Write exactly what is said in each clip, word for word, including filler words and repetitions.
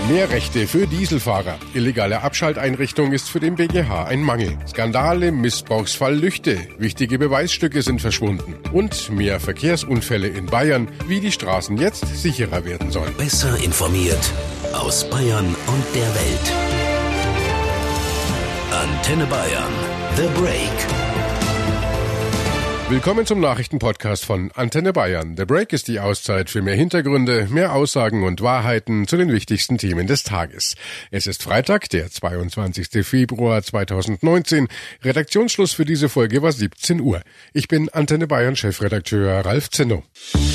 Mehr Rechte für Dieselfahrer. Illegale Abschalteinrichtung ist für den B G H ein Mangel. Skandale, Missbrauchsfall Lüchte. Wichtige Beweisstücke sind verschwunden. Und mehr Verkehrsunfälle in Bayern, wie die Straßen jetzt sicherer werden sollen. Besser informiert aus Bayern und der Welt. Antenne Bayern. The Break. Willkommen zum Nachrichtenpodcast von Antenne Bayern. The Break ist die Auszeit für mehr Hintergründe, mehr Aussagen und Wahrheiten zu den wichtigsten Themen des Tages. Es ist Freitag, der zweiundzwanzigster Februar zweitausendneunzehn. Redaktionsschluss für diese Folge war siebzehn Uhr. Ich bin Antenne Bayern Chefredakteur Ralf Zinno.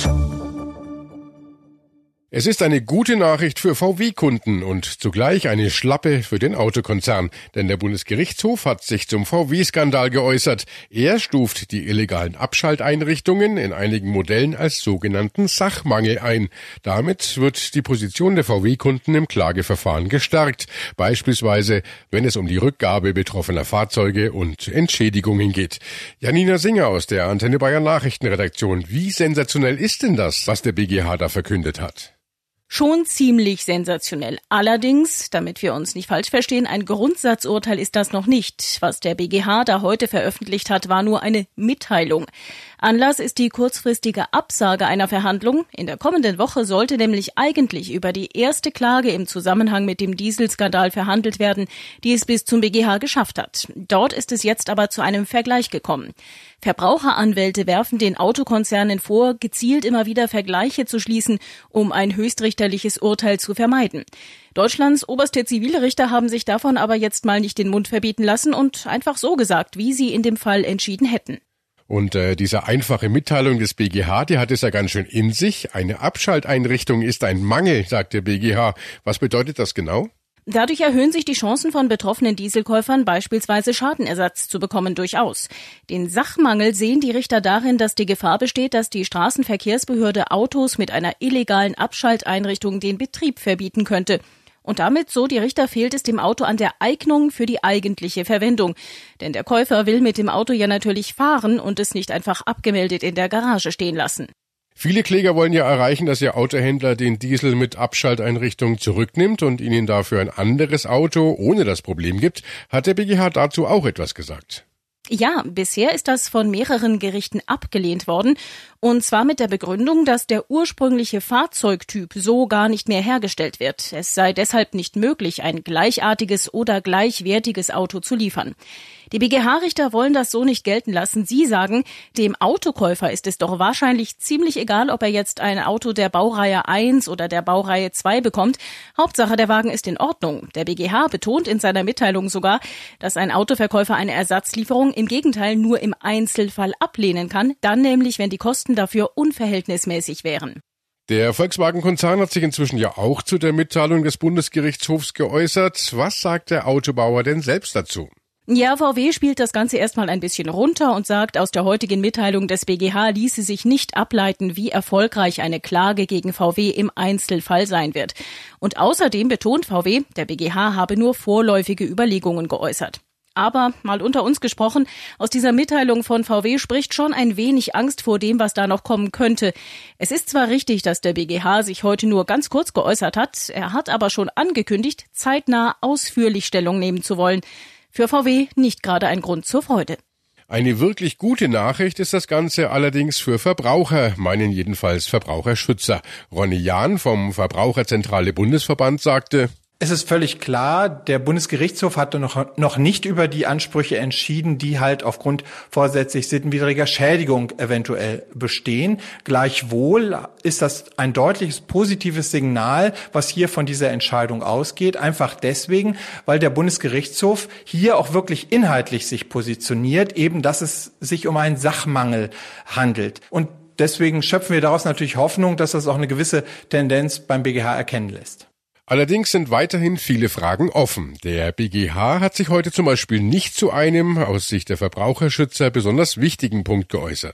Es ist eine gute Nachricht für V W-Kunden und zugleich eine Schlappe für den Autokonzern, denn der Bundesgerichtshof hat sich zum V W-Skandal geäußert. Er stuft die illegalen Abschalteinrichtungen in einigen Modellen als sogenannten Sachmangel ein. Damit wird die Position der V W-Kunden im Klageverfahren gestärkt, beispielsweise wenn es um die Rückgabe betroffener Fahrzeuge und Entschädigungen geht. Janina Singer aus der Antenne Bayern Nachrichtenredaktion. Wie sensationell ist denn das, was der B G H da verkündet hat? Schon ziemlich sensationell. Allerdings, damit wir uns nicht falsch verstehen, ein Grundsatzurteil ist das noch nicht. Was der B G H da heute veröffentlicht hat, war nur eine Mitteilung. Anlass ist die kurzfristige Absage einer Verhandlung. In der kommenden Woche sollte nämlich eigentlich über die erste Klage im Zusammenhang mit dem Dieselskandal verhandelt werden, die es bis zum B G H geschafft hat. Dort ist es jetzt aber zu einem Vergleich gekommen. Verbraucheranwälte werfen den Autokonzernen vor, gezielt immer wieder Vergleiche zu schließen, um ein höchstrichterliches Urteil zu vermeiden. Deutschlands oberste Zivilrichter haben sich davon aber jetzt mal nicht den Mund verbieten lassen und einfach so gesagt, wie sie in dem Fall entschieden hätten. Und äh, diese einfache Mitteilung des B G H, die hat es ja ganz schön in sich. Eine Abschalteinrichtung ist ein Mangel, sagt der B G H. Was bedeutet das genau? Dadurch erhöhen sich die Chancen von betroffenen Dieselkäufern, beispielsweise Schadenersatz zu bekommen, durchaus. Den Sachmangel sehen die Richter darin, dass die Gefahr besteht, dass die Straßenverkehrsbehörde Autos mit einer illegalen Abschalteinrichtung den Betrieb verbieten könnte. Und damit, so die Richter, fehlt es dem Auto an der Eignung für die eigentliche Verwendung. Denn der Käufer will mit dem Auto ja natürlich fahren und es nicht einfach abgemeldet in der Garage stehen lassen. Viele Kläger wollen ja erreichen, dass ihr Autohändler den Diesel mit Abschalteinrichtung zurücknimmt und ihnen dafür ein anderes Auto ohne das Problem gibt. Hat der B G H dazu auch etwas gesagt? Ja, bisher ist das von mehreren Gerichten abgelehnt worden. Und zwar mit der Begründung, dass der ursprüngliche Fahrzeugtyp so gar nicht mehr hergestellt wird. Es sei deshalb nicht möglich, ein gleichartiges oder gleichwertiges Auto zu liefern. Die B G H-Richter wollen das so nicht gelten lassen. Sie sagen, dem Autokäufer ist es doch wahrscheinlich ziemlich egal, ob er jetzt ein Auto der Baureihe eins oder der Baureihe zwei bekommt. Hauptsache, der Wagen ist in Ordnung. Der B G H betont in seiner Mitteilung sogar, dass ein Autoverkäufer eine Ersatzlieferung im Gegenteil nur im Einzelfall ablehnen kann, dann nämlich, wenn die Kosten dafür unverhältnismäßig wären. Der Volkswagen-Konzern hat sich inzwischen ja auch zu der Mitteilung des Bundesgerichtshofs geäußert. Was sagt der Autobauer denn selbst dazu? Ja, V W spielt das Ganze erstmal ein bisschen runter und sagt, aus der heutigen Mitteilung des B G H ließe sich nicht ableiten, wie erfolgreich eine Klage gegen V W im Einzelfall sein wird. Und außerdem betont V W, der B G H habe nur vorläufige Überlegungen geäußert. Aber, mal unter uns gesprochen, aus dieser Mitteilung von V W spricht schon ein wenig Angst vor dem, was da noch kommen könnte. Es ist zwar richtig, dass der B G H sich heute nur ganz kurz geäußert hat, er hat aber schon angekündigt, zeitnah ausführlich Stellung nehmen zu wollen. Für V W nicht gerade ein Grund zur Freude. Eine wirklich gute Nachricht ist das Ganze allerdings für Verbraucher, meinen jedenfalls Verbraucherschützer. Ronny Jahn vom Verbraucherzentrale Bundesverband sagte: Es ist völlig klar, der Bundesgerichtshof hatte noch, noch nicht über die Ansprüche entschieden, die halt aufgrund vorsätzlich sittenwidriger Schädigung eventuell bestehen. Gleichwohl ist das ein deutliches positives Signal, was hier von dieser Entscheidung ausgeht. Einfach deswegen, weil der Bundesgerichtshof hier auch wirklich inhaltlich sich positioniert, eben dass es sich um einen Sachmangel handelt. Und deswegen schöpfen wir daraus natürlich Hoffnung, dass das auch eine gewisse Tendenz beim B G H erkennen lässt. Allerdings sind weiterhin viele Fragen offen. Der B G H hat sich heute zum Beispiel nicht zu einem, aus Sicht der Verbraucherschützer, besonders wichtigen Punkt geäußert.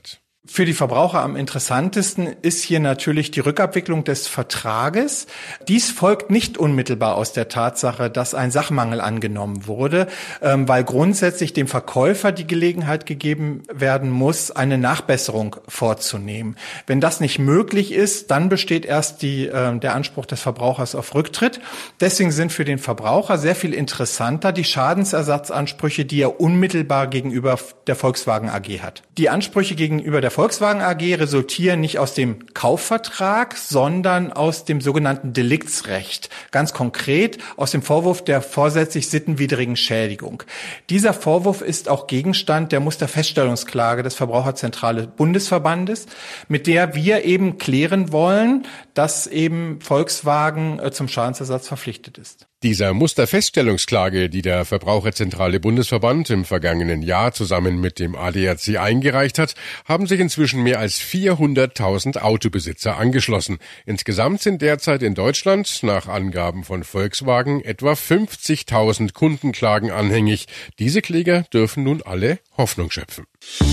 Für die Verbraucher am interessantesten ist hier natürlich die Rückabwicklung des Vertrages. Dies folgt nicht unmittelbar aus der Tatsache, dass ein Sachmangel angenommen wurde, weil grundsätzlich dem Verkäufer die Gelegenheit gegeben werden muss, eine Nachbesserung vorzunehmen. Wenn das nicht möglich ist, dann besteht erst die, der Anspruch des Verbrauchers auf Rücktritt. Deswegen sind für den Verbraucher sehr viel interessanter die Schadensersatzansprüche, die er unmittelbar gegenüber der Volkswagen A G hat. Die Ansprüche gegenüber der Volkswagen A G resultieren nicht aus dem Kaufvertrag, sondern aus dem sogenannten Deliktsrecht. Ganz konkret aus dem Vorwurf der vorsätzlich sittenwidrigen Schädigung. Dieser Vorwurf ist auch Gegenstand der Musterfeststellungsklage des Verbraucherzentrale Bundesverbandes, mit der wir eben klären wollen, dass eben Volkswagen zum Schadensersatz verpflichtet ist. Dieser Musterfeststellungsklage, die der Verbraucherzentrale Bundesverband im vergangenen Jahr zusammen mit dem A D A C eingereicht hat, haben sich inzwischen mehr als vierhunderttausend Autobesitzer angeschlossen. Insgesamt sind derzeit in Deutschland nach Angaben von Volkswagen etwa fünfzigtausend Kundenklagen anhängig. Diese Kläger dürfen nun alle Hoffnung schöpfen.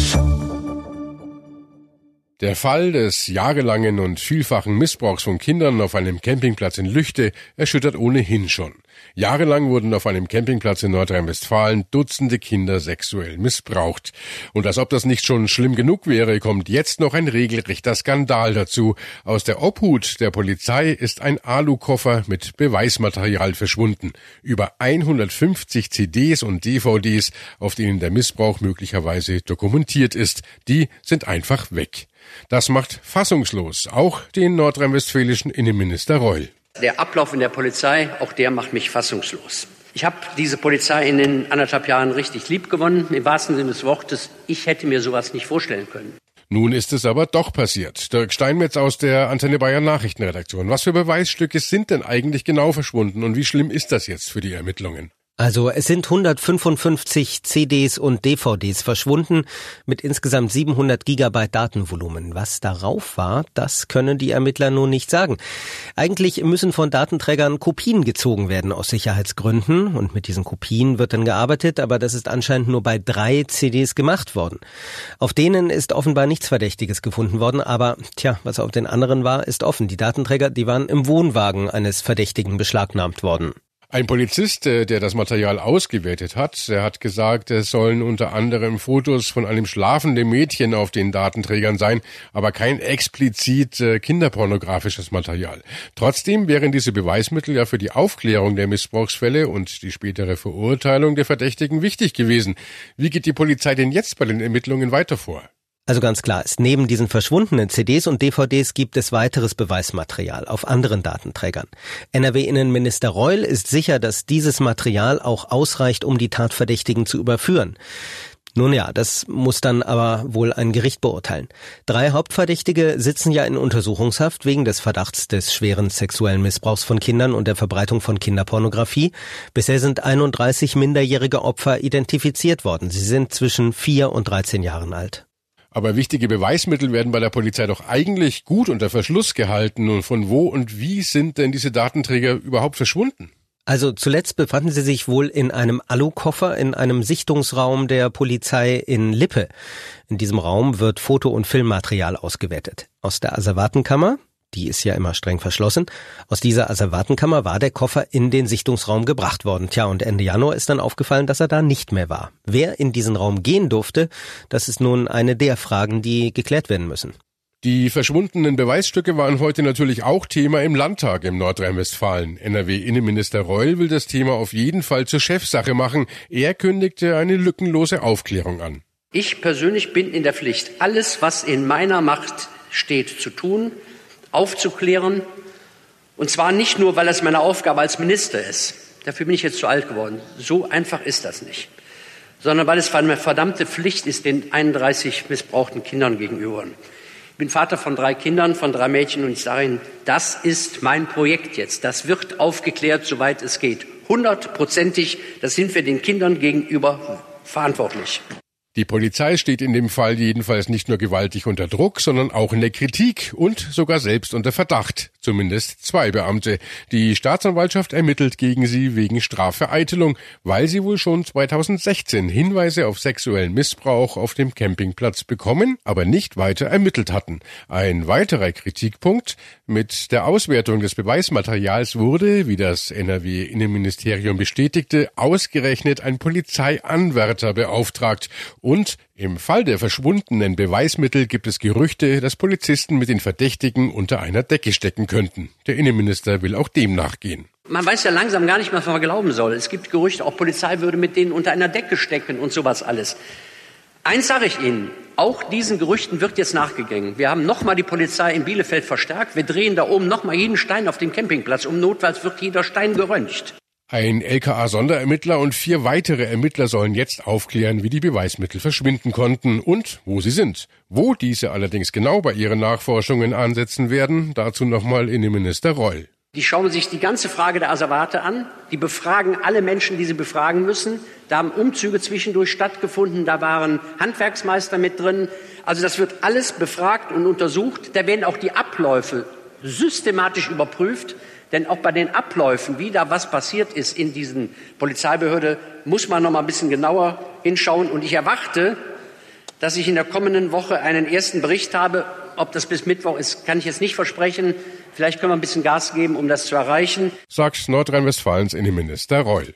Der Fall des jahrelangen und vielfachen Missbrauchs von Kindern auf einem Campingplatz in Lüchte erschüttert ohnehin schon. Jahrelang wurden auf einem Campingplatz in Nordrhein-Westfalen Dutzende Kinder sexuell missbraucht. Und als ob das nicht schon schlimm genug wäre, kommt jetzt noch ein regelrechter Skandal dazu. Aus der Obhut der Polizei ist ein Alukoffer mit Beweismaterial verschwunden. Über hundertfünfzig C Ds und D V Ds, auf denen der Missbrauch möglicherweise dokumentiert ist, die sind einfach weg. Das macht fassungslos auch den nordrhein-westfälischen Innenminister Reul. Der Ablauf in der Polizei, auch der macht mich fassungslos. Ich habe diese Polizei in den anderthalb Jahren richtig lieb gewonnen, im wahrsten Sinne des Wortes. Ich hätte mir sowas nicht vorstellen können. Nun ist es aber doch passiert. Dirk Steinmetz aus der Antenne Bayern Nachrichtenredaktion. Was für Beweisstücke sind denn eigentlich genau verschwunden und wie schlimm ist das jetzt für die Ermittlungen? Also es sind hundertfünfundfünfzig C Ds und D V Ds verschwunden mit insgesamt siebenhundert Gigabyte Datenvolumen. Was darauf war, das können die Ermittler nun nicht sagen. Eigentlich müssen von Datenträgern Kopien gezogen werden aus Sicherheitsgründen und mit diesen Kopien wird dann gearbeitet, aber das ist anscheinend nur bei drei C Ds gemacht worden. Auf denen ist offenbar nichts Verdächtiges gefunden worden, aber tja, was auf den anderen war, ist offen. Die Datenträger, die waren im Wohnwagen eines Verdächtigen beschlagnahmt worden. Ein Polizist, der das Material ausgewertet hat, der hat gesagt, es sollen unter anderem Fotos von einem schlafenden Mädchen auf den Datenträgern sein, aber kein explizit kinderpornografisches Material. Trotzdem wären diese Beweismittel ja für die Aufklärung der Missbrauchsfälle und die spätere Verurteilung der Verdächtigen wichtig gewesen. Wie geht die Polizei denn jetzt bei den Ermittlungen weiter vor? Also ganz klar ist, neben diesen verschwundenen C Ds und D V Ds gibt es weiteres Beweismaterial auf anderen Datenträgern. N R W-Innenminister Reul ist sicher, dass dieses Material auch ausreicht, um die Tatverdächtigen zu überführen. Nun ja, das muss dann aber wohl ein Gericht beurteilen. Drei Hauptverdächtige sitzen ja in Untersuchungshaft wegen des Verdachts des schweren sexuellen Missbrauchs von Kindern und der Verbreitung von Kinderpornografie. Bisher sind einunddreißig minderjährige Opfer identifiziert worden. Sie sind zwischen vier und dreizehn Jahren alt. Aber wichtige Beweismittel werden bei der Polizei doch eigentlich gut unter Verschluss gehalten. Und von wo und wie sind denn diese Datenträger überhaupt verschwunden? Also zuletzt befanden sie sich wohl in einem Alukoffer in einem Sichtungsraum der Polizei in Lippe. In diesem Raum wird Foto- und Filmmaterial ausgewertet. Aus der Asservatenkammer, die ist ja immer streng verschlossen, aus dieser Asservatenkammer war der Koffer in den Sichtungsraum gebracht worden. Tja, und Ende Januar ist dann aufgefallen, dass er da nicht mehr war. Wer in diesen Raum gehen durfte, das ist nun eine der Fragen, die geklärt werden müssen. Die verschwundenen Beweisstücke waren heute natürlich auch Thema im Landtag im Nordrhein-Westfalen. N R W-Innenminister Reul will das Thema auf jeden Fall zur Chefsache machen. Er kündigte eine lückenlose Aufklärung an. Ich persönlich bin in der Pflicht, alles, was in meiner Macht steht, zu tun, aufzuklären. Und zwar nicht nur, weil das meine Aufgabe als Minister ist. Dafür bin ich jetzt zu alt geworden. So einfach ist das nicht. Sondern weil es eine verdammte Pflicht ist, den einunddreißig missbrauchten Kindern gegenüber. Ich bin Vater von drei Kindern, von drei Mädchen und ich sage Ihnen, das ist mein Projekt jetzt. Das wird aufgeklärt, soweit es geht. Hundertprozentig, das sind wir den Kindern gegenüber verantwortlich. Die Polizei steht in dem Fall jedenfalls nicht nur gewaltig unter Druck, sondern auch in der Kritik und sogar selbst unter Verdacht. Zumindest zwei Beamte. Die Staatsanwaltschaft ermittelt gegen sie wegen Strafvereitelung, weil sie wohl schon zweitausendsechzehn Hinweise auf sexuellen Missbrauch auf dem Campingplatz bekommen, aber nicht weiter ermittelt hatten. Ein weiterer Kritikpunkt: Mit der Auswertung des Beweismaterials wurde, wie das N R W-Innenministerium bestätigte, ausgerechnet ein Polizeianwärter beauftragt. Und im Fall der verschwundenen Beweismittel gibt es Gerüchte, dass Polizisten mit den Verdächtigen unter einer Decke stecken könnten. Der Innenminister will auch dem nachgehen. Man weiß ja langsam gar nicht mehr, was man glauben soll. Es gibt Gerüchte, auch Polizei würde mit denen unter einer Decke stecken und sowas alles. Eins sage ich Ihnen, auch diesen Gerüchten wird jetzt nachgegangen. Wir haben nochmal die Polizei in Bielefeld verstärkt. Wir drehen da oben nochmal jeden Stein auf dem Campingplatz. Um notfalls wird jeder Stein geröntgt. Ein L K A-Sonderermittler und vier weitere Ermittler sollen jetzt aufklären, wie die Beweismittel verschwinden konnten und wo sie sind. Wo diese allerdings genau bei ihren Nachforschungen ansetzen werden, dazu nochmal Innenminister Reul. Die schauen sich die ganze Frage der Asservate an. Die befragen alle Menschen, die sie befragen müssen. Da haben Umzüge zwischendurch stattgefunden. Da waren Handwerksmeister mit drin. Also das wird alles befragt und untersucht. Da werden auch die Abläufe systematisch überprüft. Denn auch bei den Abläufen, wie da was passiert ist in diesen Polizeibehörde, muss man noch mal ein bisschen genauer hinschauen. Und ich erwarte, dass ich in der kommenden Woche einen ersten Bericht habe. Ob das bis Mittwoch ist, kann ich jetzt nicht versprechen. Vielleicht können wir ein bisschen Gas geben, um das zu erreichen, sagt Nordrhein-Westfalens Innenminister Reul.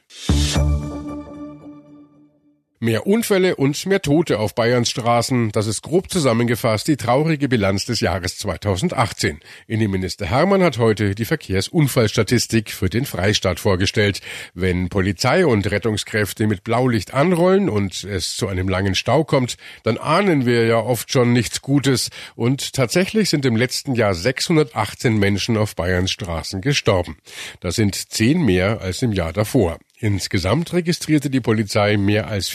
Mehr Unfälle und mehr Tote auf Bayerns Straßen, das ist grob zusammengefasst die traurige Bilanz des Jahres zweitausendachtzehn. Innenminister Hermann hat heute die Verkehrsunfallstatistik für den Freistaat vorgestellt. Wenn Polizei und Rettungskräfte mit Blaulicht anrollen und es zu einem langen Stau kommt, dann ahnen wir ja oft schon nichts Gutes. Und tatsächlich sind im letzten Jahr sechshundertachtzehn Menschen auf Bayerns Straßen gestorben. Das sind zehn mehr als im Jahr davor. Insgesamt registrierte die Polizei mehr als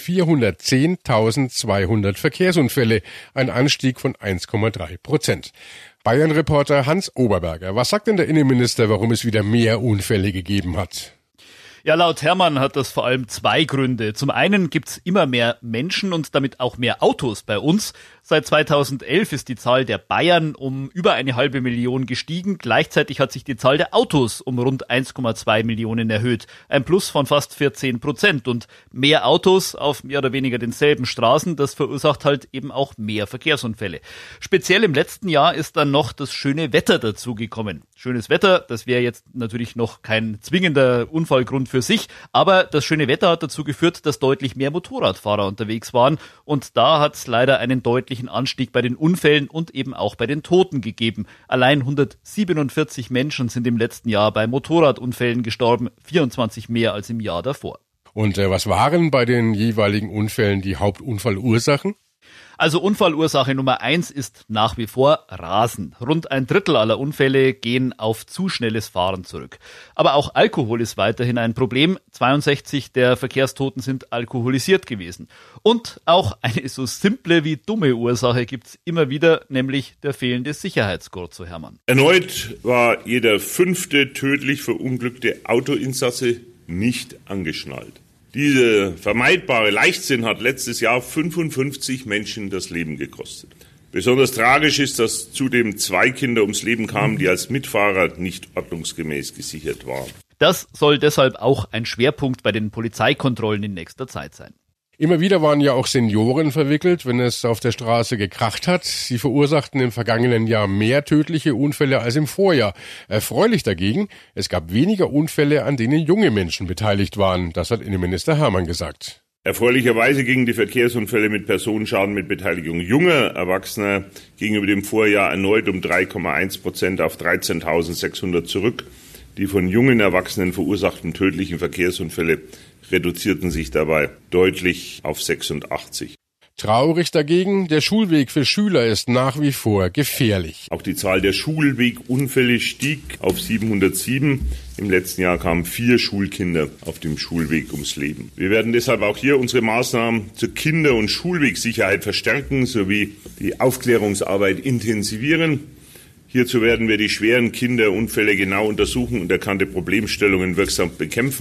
vierhundertzehntausendzweihundert Verkehrsunfälle, ein Anstieg von eins Komma drei Prozent. Bayern-Reporter Hans Oberberger, was sagt denn der Innenminister, warum es wieder mehr Unfälle gegeben hat? Ja, laut Hermann hat das vor allem zwei Gründe. Zum einen gibt's immer mehr Menschen und damit auch mehr Autos bei uns. Seit zweitausendelf ist die Zahl der Bayern um über eine halbe Million gestiegen. Gleichzeitig hat sich die Zahl der Autos um rund eins Komma zwei Millionen erhöht. Ein Plus von fast vierzehn Prozent. Und mehr Autos auf mehr oder weniger denselben Straßen, das verursacht halt eben auch mehr Verkehrsunfälle. Speziell im letzten Jahr ist dann noch das schöne Wetter dazugekommen. Schönes Wetter, das wäre jetzt natürlich noch kein zwingender Unfallgrund für sich, aber das schöne Wetter hat dazu geführt, dass deutlich mehr Motorradfahrer unterwegs waren und da hat es leider einen deutlichen Anstieg bei den Unfällen und eben auch bei den Toten gegeben. Allein hundertsiebenundvierzig Menschen sind im letzten Jahr bei Motorradunfällen gestorben, vierundzwanzig mehr als im Jahr davor. Und äh, was waren bei den jeweiligen Unfällen die Hauptunfallursachen? Also Unfallursache Nummer eins ist nach wie vor Rasen. Rund ein Drittel aller Unfälle gehen auf zu schnelles Fahren zurück. Aber auch Alkohol ist weiterhin ein Problem. zweiundsechzig der Verkehrstoten sind alkoholisiert gewesen. Und auch eine so simple wie dumme Ursache gibt's immer wieder, nämlich der fehlende Sicherheitsgurt, so Hermann. Erneut war jeder fünfte tödlich verunglückte Autoinsasse nicht angeschnallt. Dieser vermeidbare Leichtsinn hat letztes Jahr fünfundfünfzig Menschen das Leben gekostet. Besonders tragisch ist, dass zudem zwei Kinder ums Leben kamen, die als Mitfahrer nicht ordnungsgemäß gesichert waren. Das soll deshalb auch ein Schwerpunkt bei den Polizeikontrollen in nächster Zeit sein. Immer wieder waren ja auch Senioren verwickelt, wenn es auf der Straße gekracht hat. Sie verursachten im vergangenen Jahr mehr tödliche Unfälle als im Vorjahr. Erfreulich dagegen, es gab weniger Unfälle, an denen junge Menschen beteiligt waren. Das hat Innenminister Hermann gesagt. Erfreulicherweise gingen die Verkehrsunfälle mit Personenschaden mit Beteiligung junger Erwachsener gegenüber dem Vorjahr erneut um drei Komma eins Prozent auf dreizehntausendsechshundert zurück. Die von jungen Erwachsenen verursachten tödlichen Verkehrsunfälle reduzierten sich dabei deutlich auf sechsundachtzig. Traurig dagegen, der Schulweg für Schüler ist nach wie vor gefährlich. Auch die Zahl der Schulwegunfälle stieg auf siebenhundertsieben. Im letzten Jahr kamen vier Schulkinder auf dem Schulweg ums Leben. Wir werden deshalb auch hier unsere Maßnahmen zur Kinder- und Schulwegsicherheit verstärken sowie die Aufklärungsarbeit intensivieren. Hierzu werden wir die schweren Kinderunfälle genau untersuchen und erkannte Problemstellungen wirksam bekämpfen.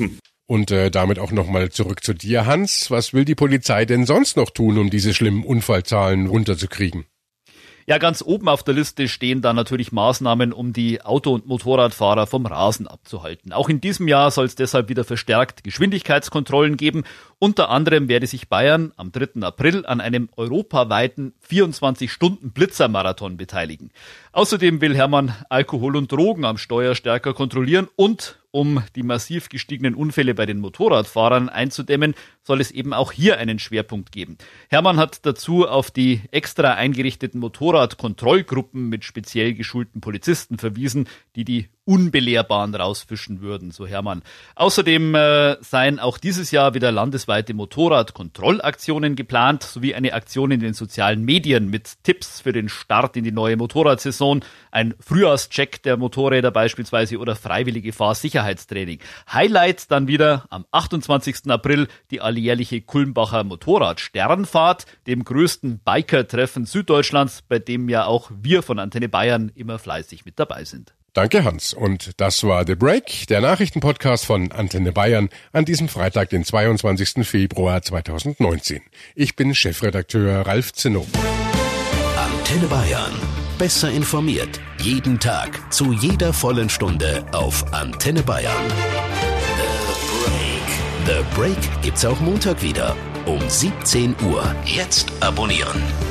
Und äh, damit auch nochmal zurück zu dir, Hans. Was will die Polizei denn sonst noch tun, um diese schlimmen Unfallzahlen runterzukriegen? Ja, ganz oben auf der Liste stehen da natürlich Maßnahmen, um die Auto- und Motorradfahrer vom Rasen abzuhalten. Auch in diesem Jahr soll es deshalb wieder verstärkt Geschwindigkeitskontrollen geben. Unter anderem werde sich Bayern am dritten April an einem europaweiten vierundzwanzig-Stunden-Blitzermarathon beteiligen. Außerdem will Hermann Alkohol und Drogen am Steuer stärker kontrollieren und um die massiv gestiegenen Unfälle bei den Motorradfahrern einzudämmen, soll es eben auch hier einen Schwerpunkt geben. Hermann hat dazu auf die extra eingerichteten Motorradkontrollgruppen mit speziell geschulten Polizisten verwiesen, die die Unbelehrbaren rausfischen würden, so Hermann. Außerdem äh, seien auch dieses Jahr wieder landesweite Motorradkontrollaktionen geplant, sowie eine Aktion in den sozialen Medien mit Tipps für den Start in die neue Motorradsaison, ein Frühjahrscheck der Motorräder beispielsweise oder freiwillige Fahrsicherheitstraining. Highlight dann wieder am achtundzwanzigsten April die alljährliche Kulmbacher Motorradsternfahrt, dem größten Biker-Treffen Süddeutschlands, bei dem ja auch wir von Antenne Bayern immer fleißig mit dabei sind. Danke, Hans. Und das war The Break, der Nachrichtenpodcast von Antenne Bayern an diesem Freitag, den zweiundzwanzigsten Februar zweitausendneunzehn. Ich bin Chefredakteur Ralf Zinnow. Antenne Bayern. Besser informiert. Jeden Tag. Zu jeder vollen Stunde auf Antenne Bayern. The Break. The Break gibt's auch Montag wieder. Um siebzehn Uhr. Jetzt abonnieren.